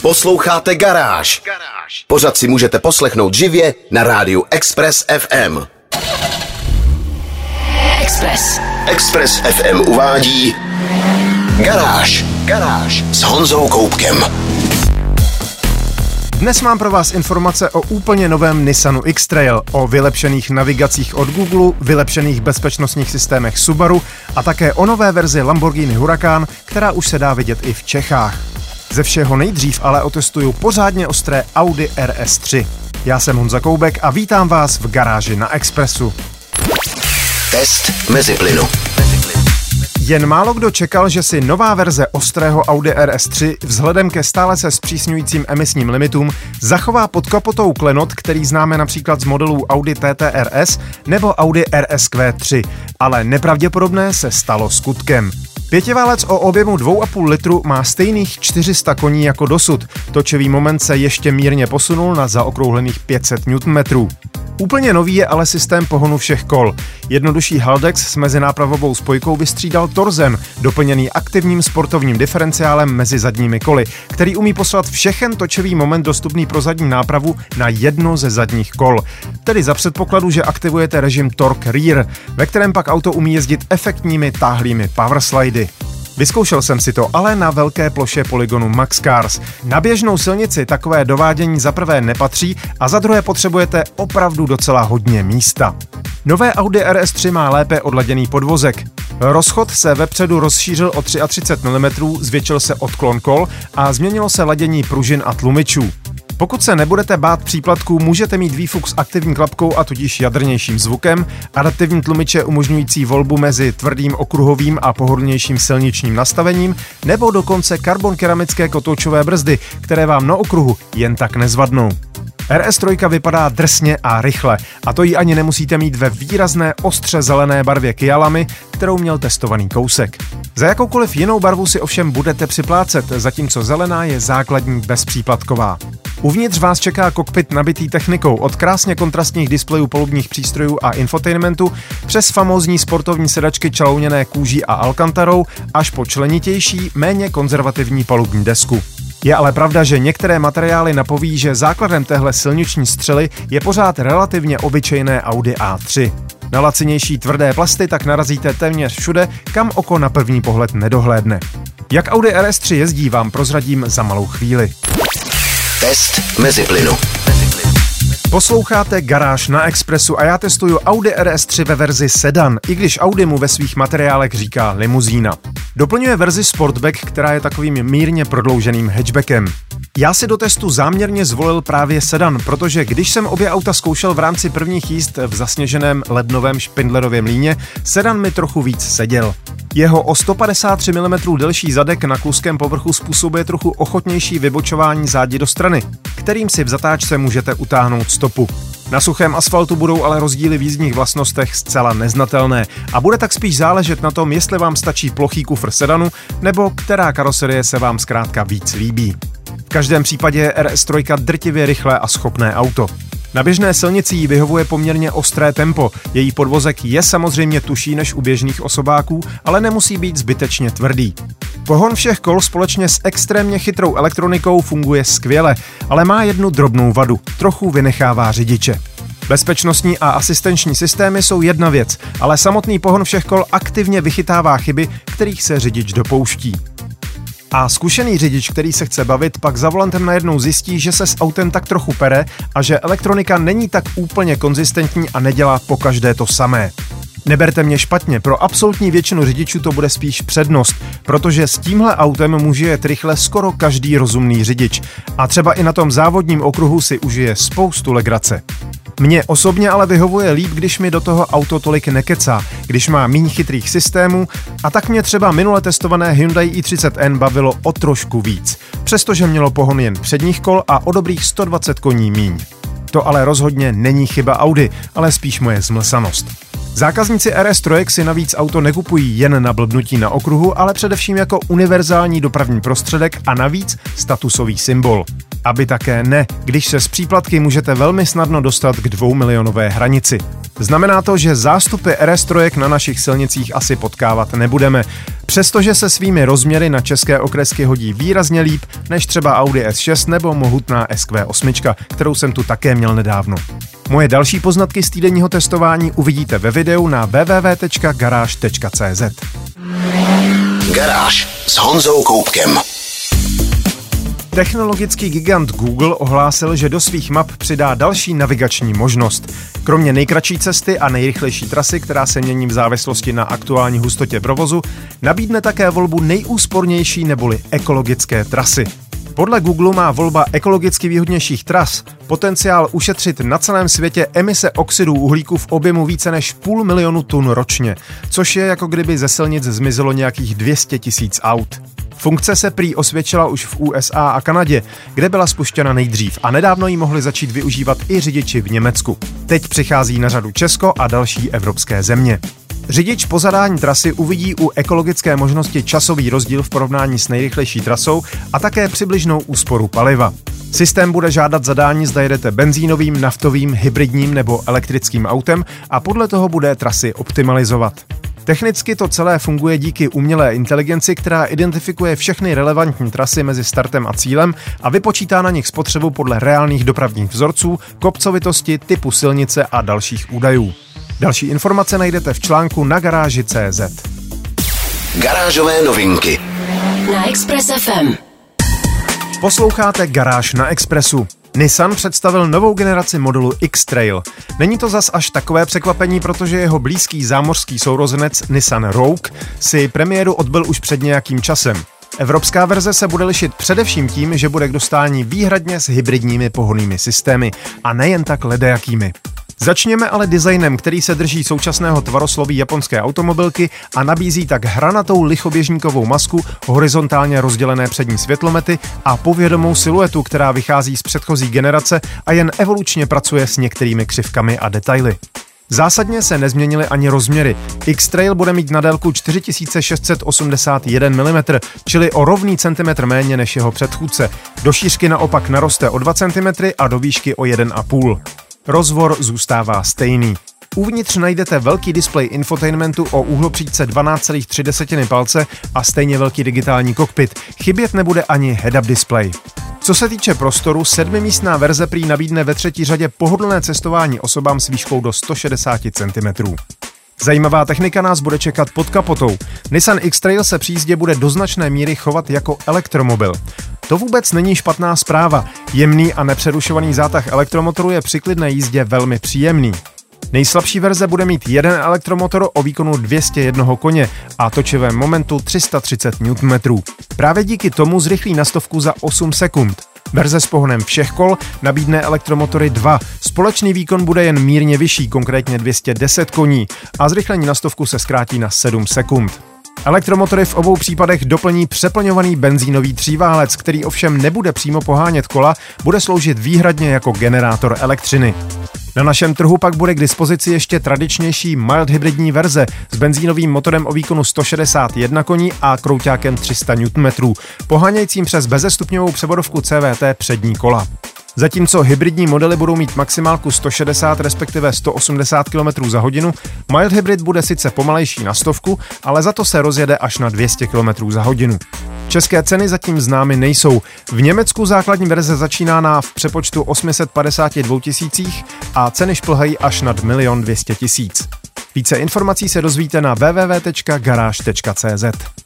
Posloucháte Garáž. Pořad si můžete poslechnout živě na rádiu Express FM. Express FM uvádí Garáž s Honzou Koubkem. Dnes mám pro vás informace o úplně novém Nissanu X-Trail, o vylepšených navigacích od Google, vylepšených bezpečnostních systémech Subaru a také o nové verzi Lamborghini Huracan, která už se dá vidět i v Čechách. Ze všeho nejdřív ale otestuju pořádně ostré Audi RS3. Já jsem Honza Koubek a vítám vás v Garáži na Expressu. Test meziplynu. Jen málo kdo čekal, že si nová verze ostrého Audi RS3 vzhledem ke stále se zpřísňujícím emisním limitům zachová pod kapotou klenot, který známe například z modelů Audi TT RS nebo Audi RSQ3, ale nepravděpodobné se stalo skutkem. Pětiválec o objemu 2,5 litru má stejných 400 koní jako dosud. Točivý moment se ještě mírně posunul na zaokrouhlených 500 Nm. Úplně nový je ale systém pohonu všech kol. Jednodušší Haldex s mezinápravovou spojkou vystřídal Torsen, doplněný aktivním sportovním diferenciálem mezi zadními koly, který umí poslat všechen točivý moment dostupný pro zadní nápravu na jedno ze zadních kol. Tedy za předpokladu, že aktivujete režim Torque Rear, ve kterém pak auto umí jezdit efektními táhlými powerslidy. Vyzkoušel jsem si to ale na velké ploše polygonu Max Cars. Na běžnou silnici takové dovádění za prvé nepatří a za druhé potřebujete opravdu docela hodně místa. Nové Audi RS3 má lépe odladěný podvozek. Rozchod se vepředu rozšířil o 33 mm, zvětšil se odklon kol a změnilo se ladění pružin a tlumičů. Pokud se nebudete bát příplatků, můžete mít výfuk s aktivní klapkou a tudíž jadrnějším zvukem, adaptivní tlumiče umožňující volbu mezi tvrdým okruhovým a pohodlnějším silničním nastavením, nebo dokonce karbon keramické kotoučové brzdy, které vám na okruhu jen tak nezvadnou. RS3 vypadá drsně a rychle, a to ji ani nemusíte mít ve výrazné ostře zelené barvě Kyalami, kterou měl testovaný kousek. Za jakoukoliv jinou barvu si ovšem budete připlácet, zatímco zelená je základní bezpříplatková. Uvnitř vás čeká kokpit nabitý technikou od krásně kontrastních displejů palubních přístrojů a infotainmentu přes famózní sportovní sedačky čalouněné kůží a alkantarou až po členitější, méně konzervativní palubní desku. Je ale pravda, že některé materiály napoví, že základem téhle silniční střely je pořád relativně obyčejné Audi A3. Na lacinější tvrdé plasty tak narazíte téměř všude, kam oko na první pohled nedohlédne. Jak Audi RS3 jezdí, vám prozradím za malou chvíli. Test meziplynu. Posloucháte Garáž na Expressu a já testuju Audi RS3 ve verzi sedan, i když Audi mu ve svých materiálech říká limuzína. Doplňuje verzi Sportback, která je takovým mírně prodlouženým hatchbackem. Já si do testu záměrně zvolil právě sedan, protože když jsem obě auta zkoušel v rámci prvních jízd v zasněženém lednovém Špindlerově mlýně, sedan mi trochu víc seděl. Jeho o 153 mm delší zadek na kluském povrchu způsobuje trochu ochotnější vybočování zádi do strany, kterým si v zatáčce můžete utáhnout stopu. Na suchém asfaltu budou ale rozdíly v jízdních vlastnostech zcela neznatelné a bude tak spíš záležet na tom, jestli vám stačí plochý kufr sedanu nebo která karoserie se vám zkrátka víc líbí. V každém případě je RS3 drtivě rychlé a schopné auto. Na běžné silnici jí vyhovuje poměrně ostré tempo, její podvozek je samozřejmě tuší než u běžných osobáků, ale nemusí být zbytečně tvrdý. Pohon všech kol společně s extrémně chytrou elektronikou funguje skvěle, ale má jednu drobnou vadu, trochu vynechává řidiče. Bezpečnostní a asistenční systémy jsou jedna věc, ale samotný pohon všech kol aktivně vychytává chyby, kterých se řidič dopouští. A zkušený řidič, který se chce bavit, pak za volantem najednou zjistí, že se s autem tak trochu pere a že elektronika není tak úplně konzistentní a nedělá pokaždé to samé. Neberte mě špatně, pro absolutní většinu řidičů to bude spíš přednost, protože s tímhle autem může jet rychle skoro každý rozumný řidič a třeba i na tom závodním okruhu si užije spoustu legrace. Mně osobně ale vyhovuje líp, když mi do toho auto tolik nekecá, když má míň chytrých systémů a tak mě třeba minule testované Hyundai i30N bavilo o trošku víc, přestože mělo pohon jen předních kol a o dobrých 120 koní míň. To ale rozhodně není chyba Audi, ale spíš moje zmlsanost. Zákazníci RS3 si navíc auto nekupují jen na blbnutí na okruhu, ale především jako univerzální dopravní prostředek a navíc statusový symbol. Aby také ne, když se s příplatky můžete velmi snadno dostat k 2 milionové hranici. Znamená to, že zástupy RS3 na našich silnicích asi potkávat nebudeme, přestože se svými rozměry na české okresky hodí výrazně líp než třeba Audi S6 nebo mohutná SQ8, kterou jsem tu také měl nedávno. Moje další poznatky z týdenního testování uvidíte ve videu na www.garage.cz. Garáž s Honzou Koupkem. Technologický gigant Google ohlásil, že do svých map přidá další navigační možnost. Kromě nejkratší cesty a nejrychlejší trasy, která se mění v závislosti na aktuální hustotě provozu, nabídne také volbu nejúspornější neboli ekologické trasy. Podle Google má volba ekologicky výhodnějších tras potenciál ušetřit na celém světě emise oxidů uhlíku v objemu více než 500 000 tun ročně, což je jako kdyby ze silnic zmizelo nějakých 200 000 aut. Funkce se prý osvědčila už v USA a Kanadě, kde byla spuštěna nejdřív a nedávno ji mohli začít využívat i řidiči v Německu. Teď přichází na řadu Česko a další evropské země. Řidič po zadání trasy uvidí u ekologické možnosti časový rozdíl v porovnání s nejrychlejší trasou a také přibližnou úsporu paliva. Systém bude žádat zadání, zda jedete benzínovým, naftovým, hybridním nebo elektrickým autem a podle toho bude trasy optimalizovat. Technicky to celé funguje díky umělé inteligenci, která identifikuje všechny relevantní trasy mezi startem a cílem a vypočítá na nich spotřebu podle reálných dopravních vzorců, kopcovitosti, typu silnice a dalších údajů. Další informace najdete v článku na garáži.cz. Garážové novinky na Express FM. Posloucháte Garáž na Expressu. Nissan představil novou generaci modelu X-Trail. Není to zas až takové překvapení, protože jeho blízký zámořský sourozenec Nissan Rogue si premiéru odbyl už před nějakým časem. Evropská verze se bude lišit především tím, že bude k dostání výhradně s hybridními pohonnými systémy a nejen tak ledajakými. Začněme ale designem, který se drží současného tvarosloví japonské automobilky a nabízí tak hranatou lichoběžníkovou masku, horizontálně rozdělené přední světlomety a povědomou siluetu, která vychází z předchozí generace a jen evolučně pracuje s některými křivkami a detaily. Zásadně se nezměnily ani rozměry. X-Trail bude mít na délku 4681 mm, čili o rovný centimetr méně než jeho předchůdce. Do šířky naopak naroste o 2 cm a do výšky o 1,5. Rozvor zůstává stejný. Uvnitř najdete velký displej infotainmentu o úhlopříčce 12,3 palce a stejně velký digitální kokpit. Chybět nebude ani head-up display. Co se týče prostoru, 7místná verze prý nabídne ve třetí řadě pohodlné cestování osobám s výškou do 160 cm. Zajímavá technika nás bude čekat pod kapotou. Nissan X-Trail se při jízdě bude do značné míry chovat jako elektromobil. To vůbec není špatná zpráva. Jemný a nepřerušovaný zátah elektromotoru je při klidné jízdě velmi příjemný. Nejslabší verze bude mít jeden elektromotor o výkonu 201 koně a točivém momentu 330 Nm. Právě díky tomu zrychlí na 100 za 8 sekund. Verze s pohonem všech kol nabídne elektromotory 2. Společný výkon bude jen mírně vyšší, konkrétně 210 koní a zrychlení na 100 se zkrátí na 7 sekund. Elektromotory v obou případech doplní přeplňovaný benzínový tříválec, který ovšem nebude přímo pohánět kola, bude sloužit výhradně jako generátor elektřiny. Na našem trhu pak bude k dispozici ještě tradičnější mild hybridní verze s benzínovým motorem o výkonu 161 koní a krouťákem 300 Nm, pohánějícím přes bezestupňovou převodovku CVT přední kola. Zatímco hybridní modely budou mít maximálku 160 respektive 180 km za hodinu, mild hybrid bude sice pomalejší na 100, ale za to se rozjede až na 200 km za hodinu. České ceny zatím známy nejsou. V Německu základní verze začíná na v přepočtu 852 tisících a ceny šplhají až nad 1 200 000. Více informací se dozvíte na www.garage.cz.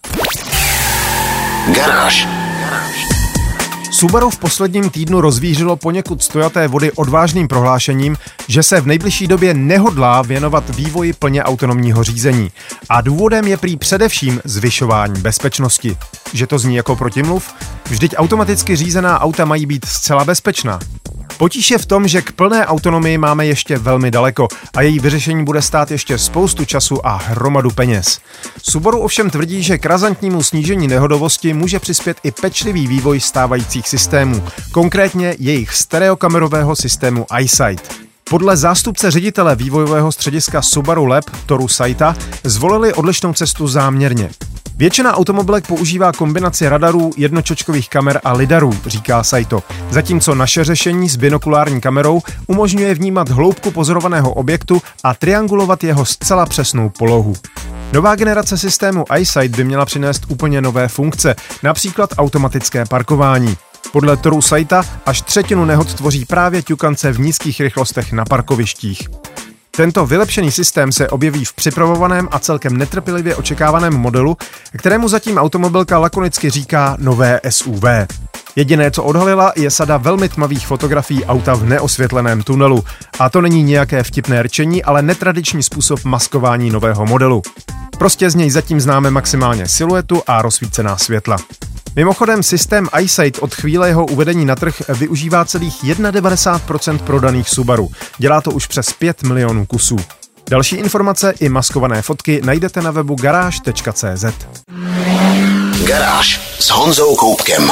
Garáž. Subaru v posledním týdnu rozvířilo poněkud stojaté vody odvážným prohlášením, že se v nejbližší době nehodlá věnovat vývoji plně autonomního řízení. A důvodem je prý především zvyšování bezpečnosti. Že to zní jako protimluv? Vždyť automaticky řízená auta mají být zcela bezpečná. Potíž je v tom, že k plné autonomii máme ještě velmi daleko a její vyřešení bude stát ještě spoustu času a hromadu peněz. Subaru ovšem tvrdí, že k razantnímu snížení nehodovosti může přispět i pečlivý vývoj stávajících systémů, konkrétně jejich stereokamerového systému EyeSight. Podle zástupce ředitele vývojového střediska Subaru Lab Toru Saita zvolili odlišnou cestu záměrně. Většina automobilek používá kombinaci radarů, jednočočkových kamer a lidarů, říká Saito, zatímco naše řešení s binokulární kamerou umožňuje vnímat hloubku pozorovaného objektu a triangulovat jeho zcela přesnou polohu. Nová generace systému EyeSight by měla přinést úplně nové funkce, například automatické parkování. Podle Toru Saita až třetinu nehod tvoří právě ťukance v nízkých rychlostech na parkovištích. Tento vylepšený systém se objeví v připravovaném a celkem netrpělivě očekávaném modelu, kterému zatím automobilka lakonicky říká nové SUV. Jediné, co odhalila, je sada velmi tmavých fotografií auta v neosvětleném tunelu. A to není nějaké vtipné rčení, ale netradiční způsob maskování nového modelu. Prostě z něj zatím známe maximálně siluetu a rozsvícená světla. Mimochodem, systém EyeSight od chvíle jeho uvedení na trh využívá celých 91% prodaných Subaru. Dělá to už přes 5 milionů kusů. Další informace i maskované fotky najdete na webu garáž.cz. Garáž s Honzou Koubkem.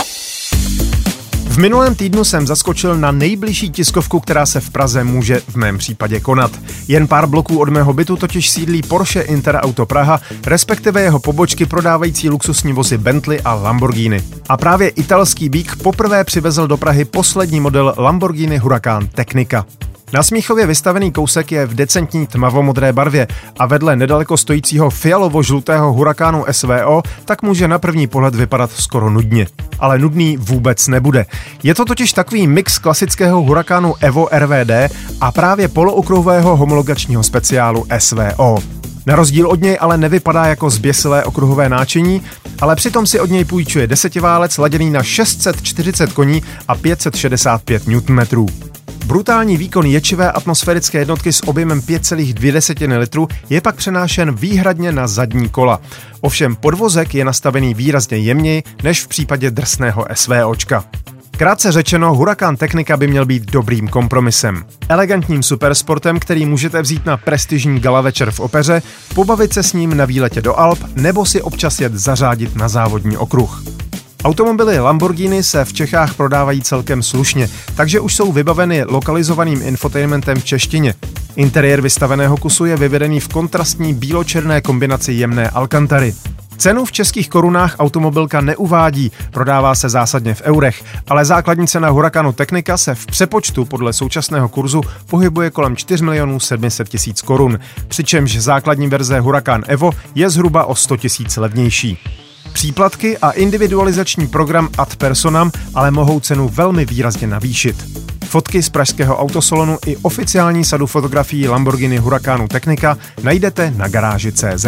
V minulém týdnu jsem zaskočil na nejbližší tiskovku, která se v Praze může v mém případě konat. Jen pár bloků od mého bytu totiž sídlí Porsche Interauto Praha, respektive jeho pobočky prodávající luxusní vozy Bentley a Lamborghini. A právě italský bík poprvé přivezl do Prahy poslední model Lamborghini Huracan Tecnica. Na Smíchově vystavený kousek je v decentní tmavomodré barvě a vedle nedaleko stojícího fialovo-žlutého Huracanu SVO tak může na první pohled vypadat skoro nudně. Ale nudný vůbec nebude. Je to totiž takový mix klasického Huracanu Evo RVD a právě polookruhového homologačního speciálu SVO. Na rozdíl od něj ale nevypadá jako zběsilé okruhové náčení, ale přitom si od něj půjčuje desetivalec laděný na 640 koní a 565 Nm. Brutální výkon ječivé atmosférické jednotky s objemem 5,2 litru je pak přenášen výhradně na zadní kola. Ovšem podvozek je nastavený výrazně jemněji než v případě drsného SVOčka. Krátce řečeno, Huracan Tecnica by měl být dobrým kompromisem. Elegantním supersportem, který můžete vzít na prestižní gala večer v opeře, pobavit se s ním na výletě do Alp nebo si občas jet zařádit na závodní okruh. Automobily Lamborghini se v Čechách prodávají celkem slušně, takže už jsou vybaveny lokalizovaným infotainmentem v češtině. Interiér vystaveného kusu je vyvedený v kontrastní bílo-černé kombinaci jemné alkantary. Cenu v českých korunách automobilka neuvádí, prodává se zásadně v eurech, ale základní cena Huracanu Tecnica se v přepočtu podle současného kurzu pohybuje kolem 4 700 000 korun, přičemž základní verze Huracan Evo je zhruba o 100 000 levnější. Příplatky a individualizační program Ad personam ale mohou cenu velmi výrazně navýšit. Fotky z pražského autosalonu i oficiální sadu fotografií Lamborghini Huracanu Tecnica najdete na garáži.cz.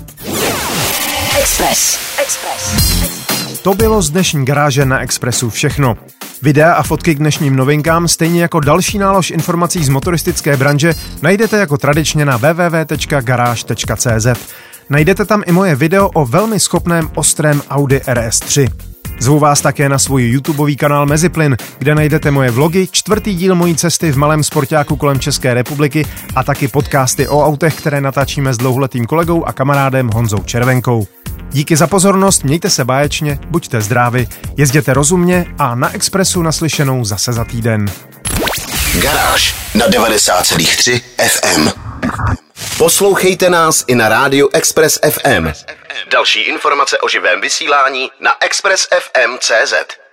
Express. To bylo z dnešní garáže na Expressu všechno. Videa a fotky k dnešním novinkám, stejně jako další nálož informací z motoristické branže, najdete jako tradičně na www.garage.cz. Najdete tam i moje video o velmi schopném ostrém Audi RS3. Zvu vás také na svůj YouTubeový kanál Meziplyn, kde najdete moje vlogy, 4. díl mojí cesty v malém sportáku kolem České republiky a taky podcasty o autech, které natáčíme s dlouholetým kolegou a kamarádem Honzou Červenkou. Díky za pozornost, mějte se báječně, buďte zdraví, jezděte rozumně a na Expressu naslyšenou zase za týden. Garáž na 90,3 FM. Poslouchejte nás i na rádiu Express FM. Další informace o živém vysílání na expressfm.cz.